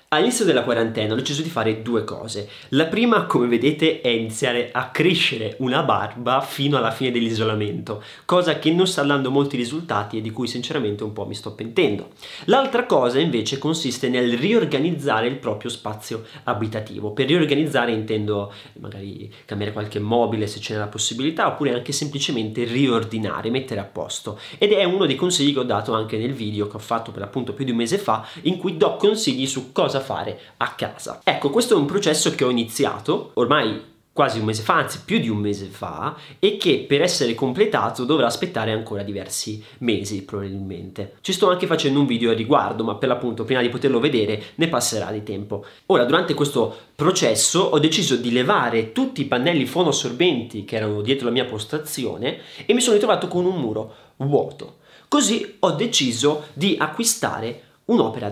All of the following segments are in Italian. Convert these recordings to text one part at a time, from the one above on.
All'inizio della quarantena ho deciso di fare due cose. La prima, come vedete, è iniziare a crescere una barba fino alla fine dell'isolamento, cosa che non sta dando molti risultati e di cui sinceramente un po' mi sto pentendo. L'altra cosa invece consiste nel riorganizzare il proprio spazio abitativo. Per riorganizzare intendo magari cambiare qualche mobile se ce n'è la possibilità, oppure anche semplicemente riordinare, mettere a posto. Ed è uno dei consigli che ho dato anche nel video che ho fatto per appunto più di un mese fa, in cui do consigli su cosa fare a casa. Ecco, questo è un processo che ho iniziato ormai quasi un mese fa, anzi più di un mese fa, e che per essere completato dovrà aspettare ancora diversi mesi probabilmente. Ci sto anche facendo un video a riguardo, ma per l'appunto prima di poterlo vedere ne passerà di tempo. Ora, durante questo processo ho deciso di levare tutti i pannelli fonoassorbenti che erano dietro la mia postazione e mi sono ritrovato con un muro vuoto. Così ho deciso di acquistare un'opera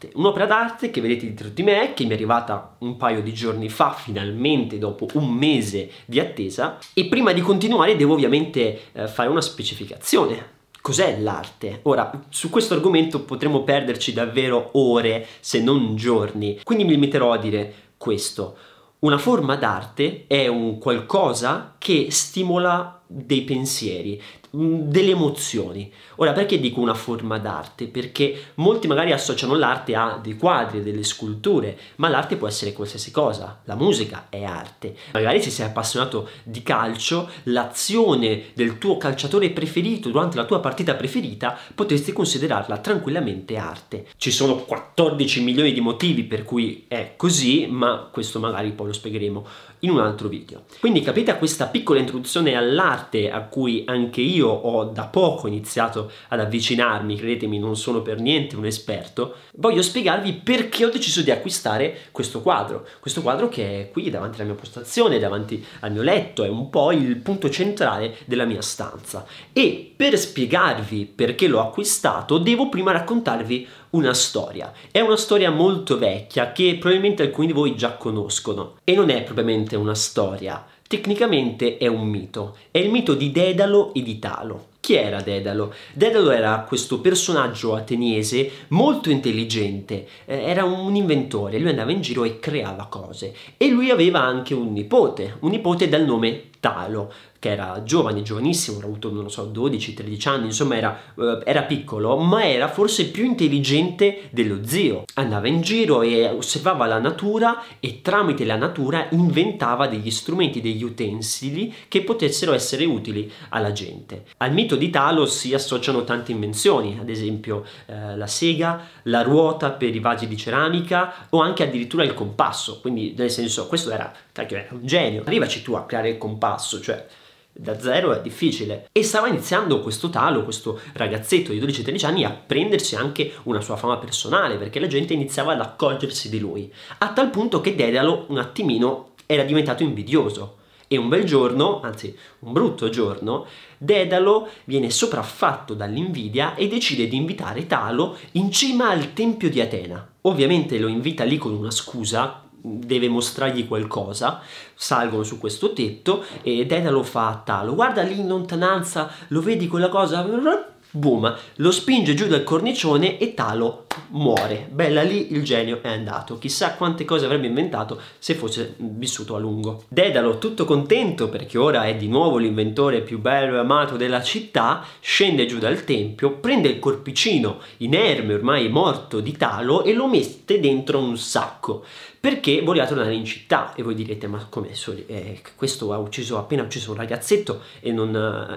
d'arte che vedete dietro di me, che mi è arrivata un paio di giorni fa, finalmente dopo un mese di attesa. E prima di continuare devo ovviamente fare una specificazione. Cos'è l'arte? Ora, su questo argomento potremmo perderci davvero ore, se non giorni, quindi mi limiterò a dire questo. Una forma d'arte è un qualcosa che stimola dei pensieri, delle emozioni. Ora, perché dico una forma d'arte? Perché molti magari associano l'arte a dei quadri, delle sculture, ma l'arte può essere qualsiasi cosa. La musica è arte. Magari se sei appassionato di calcio, l'azione del tuo calciatore preferito durante la tua partita preferita potresti considerarla tranquillamente arte. Ci sono 14 milioni di motivi per cui è così, ma questo magari poi lo spiegheremo in un altro video. Quindi capite questa piccola introduzione all'arte a cui anche io ho da poco iniziato ad avvicinarmi, credetemi, non sono per niente un esperto. Voglio spiegarvi perché ho deciso di acquistare questo quadro che è qui davanti alla mia postazione, davanti al mio letto, è un po' il punto centrale della mia stanza. E per spiegarvi perché l'ho acquistato devo prima raccontarvi una storia. È una storia molto vecchia che probabilmente alcuni di voi già conoscono e non è propriamente una storia, tecnicamente è un mito. È il mito di Dedalo e di Talo. Chi era Dedalo? Dedalo era questo personaggio ateniese molto intelligente, era un inventore, lui andava in giro e creava cose e lui aveva anche un nipote dal nome Talo, che era giovane, giovanissimo, avrà avuto, non lo so, 12-13 anni, insomma era piccolo, ma era forse più intelligente dello zio. Andava in giro e osservava la natura e tramite la natura inventava degli strumenti, degli utensili che potessero essere utili alla gente. Al mito di Talo si associano tante invenzioni, ad esempio la sega, la ruota per i vasi di ceramica o anche addirittura il compasso, quindi nel senso questo era un genio. Arrivaci tu a creare il compasso, cioè da zero è difficile. E stava iniziando questo Talo, questo ragazzetto di 12-13 anni, a prendersi anche una sua fama personale, perché la gente iniziava ad accorgersi di lui, a tal punto che Dedalo un attimino era diventato invidioso. E un bel giorno, anzi un brutto giorno, Dedalo viene sopraffatto dall'invidia e decide di invitare Talo in cima al tempio di Atena. Ovviamente lo invita lì con una scusa, deve mostrargli qualcosa. Salgono su questo tetto e Dedalo fa a Talo: guarda lì in lontananza, lo vedi quella cosa? Boom, lo spinge giù dal cornicione e Talo muore. Bella, lì il genio è andato. Chissà quante cose avrebbe inventato se fosse vissuto a lungo. Dedalo, tutto contento perché ora è di nuovo l'inventore più bello e amato della città, scende giù dal tempio, prende il corpicino inerme ormai morto di Talo e lo mette dentro un sacco perché voleva tornare in città. E voi direte: ma come, questo ha appena ucciso un ragazzetto e non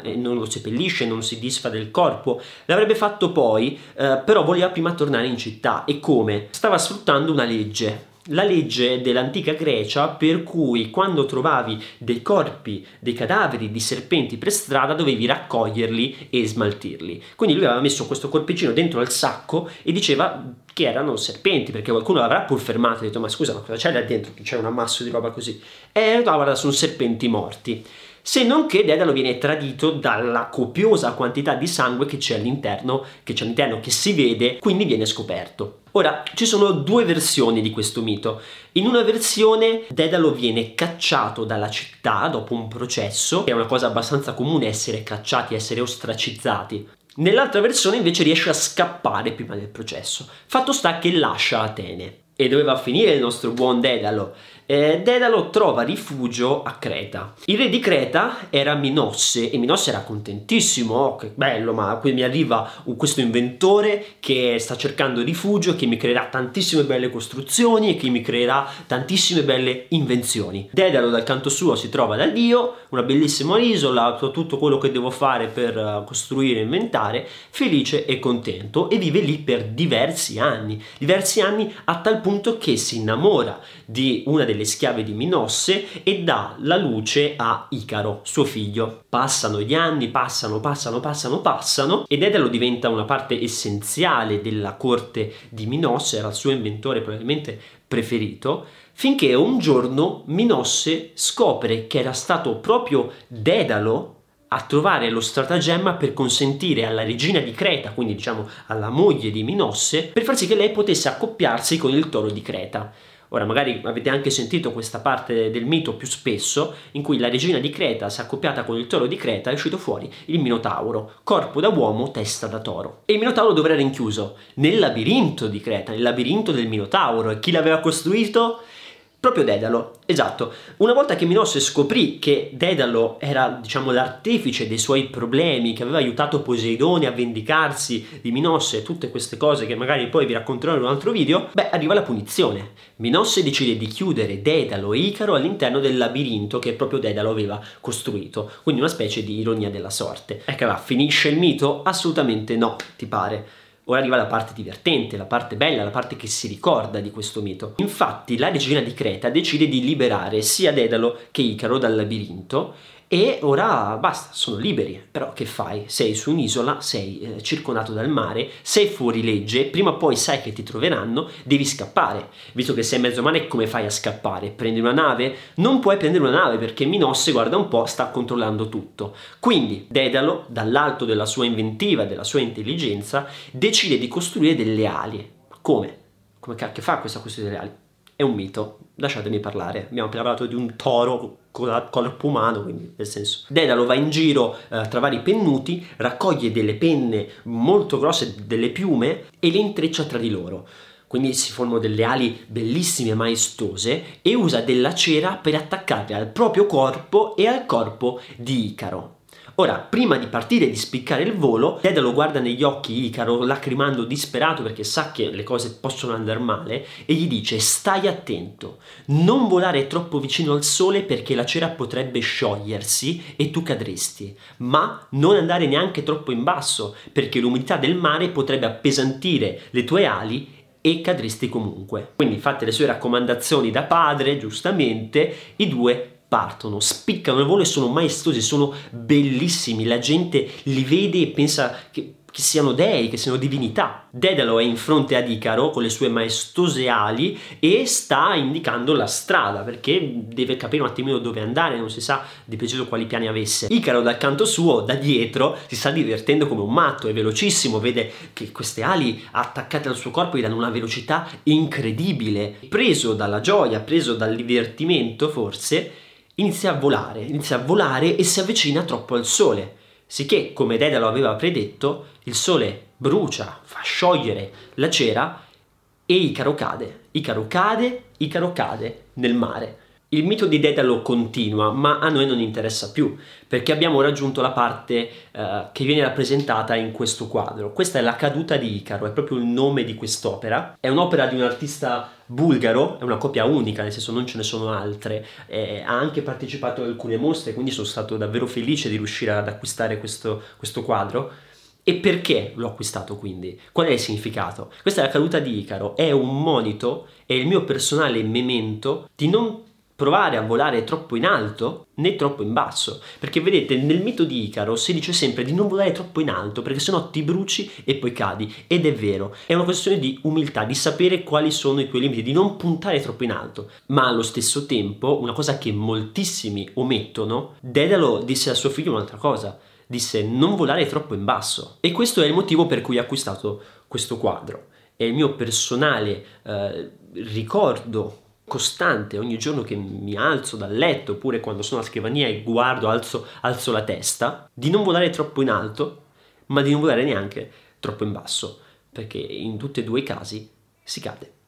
lo seppellisce, non si disfa del corpo? L'avrebbe fatto poi, però voleva prima tornare in città. E come? Stava sfruttando una legge. La legge dell'antica Grecia per cui quando trovavi dei corpi, dei cadaveri di serpenti per strada dovevi raccoglierli e smaltirli. Quindi lui aveva messo questo corpicino dentro al sacco e diceva che erano serpenti, perché qualcuno l'avrà pur fermato e ha detto: ma scusa, ma cosa c'è là dentro? C'è un ammasso di roba così. E no, guarda, sono serpenti morti. Se non che Dedalo viene tradito dalla copiosa quantità di sangue che c'è all'interno, che si vede, quindi viene scoperto. Ora, ci sono due versioni di questo mito. In una versione Dedalo viene cacciato dalla città dopo un processo, è una cosa abbastanza comune essere cacciati, essere ostracizzati. Nell'altra versione invece riesce a scappare prima del processo. Fatto sta che lascia Atene. E dove va a finire il nostro buon Dedalo? Dedalo trova rifugio a Creta. Il re di Creta era Minosse e Minosse era contentissimo. Oh, che bello, ma qui mi arriva questo inventore che sta cercando rifugio, che mi creerà tantissime belle costruzioni e che mi creerà tantissime belle invenzioni. Dedalo dal canto suo si trova da Dio, una bellissima isola, tutto quello che devo fare per costruire e inventare, felice e contento, e vive lì per diversi anni a tal punto che si innamora di una delle schiave di Minosse e dà la luce a Icaro, suo figlio. Passano gli anni, passano e Dedalo diventa una parte essenziale della corte di Minosse, era il suo inventore probabilmente preferito, finché un giorno Minosse scopre che era stato proprio Dedalo a trovare lo stratagemma per consentire alla regina di Creta, quindi diciamo alla moglie di Minosse, per far sì che lei potesse accoppiarsi con il toro di Creta. Ora, magari avete anche sentito questa parte del mito più spesso, in cui la regina di Creta si è accoppiata con il toro di Creta, è uscito fuori il Minotauro, corpo da uomo, testa da toro. E il Minotauro dove era rinchiuso? Nel labirinto di Creta, nel labirinto del Minotauro. E chi l'aveva costruito? Proprio Dedalo, esatto. Una volta che Minosse scoprì che Dedalo era, diciamo, l'artefice dei suoi problemi, che aveva aiutato Poseidone a vendicarsi di Minosse e tutte queste cose che magari poi vi racconterò in un altro video, arriva la punizione. Minosse decide di chiudere Dedalo e Icaro all'interno del labirinto che proprio Dedalo aveva costruito, quindi una specie di ironia della sorte. Ecco, finisce il mito? Assolutamente no, ti pare? Ora arriva la parte divertente, la parte bella, la parte che si ricorda di questo mito. Infatti la regina di Creta decide di liberare sia Dedalo che Icaro dal labirinto e ora basta, sono liberi. Però che fai? Sei su un'isola, sei circondato dal mare, sei fuori legge, prima o poi sai che ti troveranno, devi scappare. Visto che sei in mezzo a mare, come fai a scappare? Prendi una nave? Non puoi prendere una nave perché Minosse, guarda un po', sta controllando tutto. Quindi Dedalo, dall'alto della sua inventiva, della sua intelligenza, decide di costruire delle ali. Come? Come cacchio fa questa costruzione delle ali? È un mito, lasciatemi parlare. Abbiamo parlato di un toro con corpo umano, quindi nel senso. Dedalo va in giro tra vari pennuti, raccoglie delle penne molto grosse, delle piume, e le intreccia tra di loro. Quindi si formano delle ali bellissime, maestose, e usa della cera per attaccarle al proprio corpo e al corpo di Icaro. Ora, prima di partire e di spiccare il volo, Dedalo guarda negli occhi Icaro, lacrimando disperato perché sa che le cose possono andare male, e gli dice: stai attento, non volare troppo vicino al sole perché la cera potrebbe sciogliersi e tu cadresti, ma non andare neanche troppo in basso perché l'umidità del mare potrebbe appesantire le tue ali e cadresti comunque. Quindi, fatte le sue raccomandazioni da padre, giustamente, i due partono, spiccano il volo e sono maestosi, sono bellissimi, la gente li vede e pensa che siano dei, che siano divinità. Dedalo è in fronte ad Icaro con le sue maestose ali e sta indicando la strada perché deve capire un attimino dove andare, non si sa di preciso quali piani avesse. Icaro dal canto suo, da dietro, si sta divertendo come un matto, è velocissimo, vede che queste ali attaccate al suo corpo gli danno una velocità incredibile. Preso dalla gioia, preso dal divertimento forse, inizia a volare e si avvicina troppo al sole. Sicché, come Dedalo aveva predetto, il sole brucia, fa sciogliere la cera e Icaro cade nel mare. Il mito di Dedalo continua, ma a noi non interessa più, perché abbiamo raggiunto la parte che viene rappresentata in questo quadro. Questa è la caduta di Icaro, è proprio il nome di quest'opera. È un'opera di un artista bulgaro, è una copia unica, nel senso non ce ne sono altre. Ha anche partecipato ad alcune mostre, quindi sono stato davvero felice di riuscire ad acquistare questo quadro. E perché l'ho acquistato quindi? Qual è il significato? Questa è la caduta di Icaro, è un monito, è il mio personale memento di non provare a volare troppo in alto né troppo in basso, perché vedete nel mito di Icaro si dice sempre di non volare troppo in alto perché sennò ti bruci e poi cadi, ed è vero, è una questione di umiltà, di sapere quali sono i tuoi limiti, di non puntare troppo in alto. Ma allo stesso tempo, una cosa che moltissimi omettono, Dedalo disse a suo figlio un'altra cosa, disse non volare troppo in basso, e questo è il motivo per cui ho acquistato questo quadro. È il mio personale ricordo costante ogni giorno che mi alzo dal letto, oppure quando sono alla scrivania e guardo, alzo la testa, di non volare troppo in alto, ma di non volare neanche troppo in basso, perché in tutti e due i casi si cade.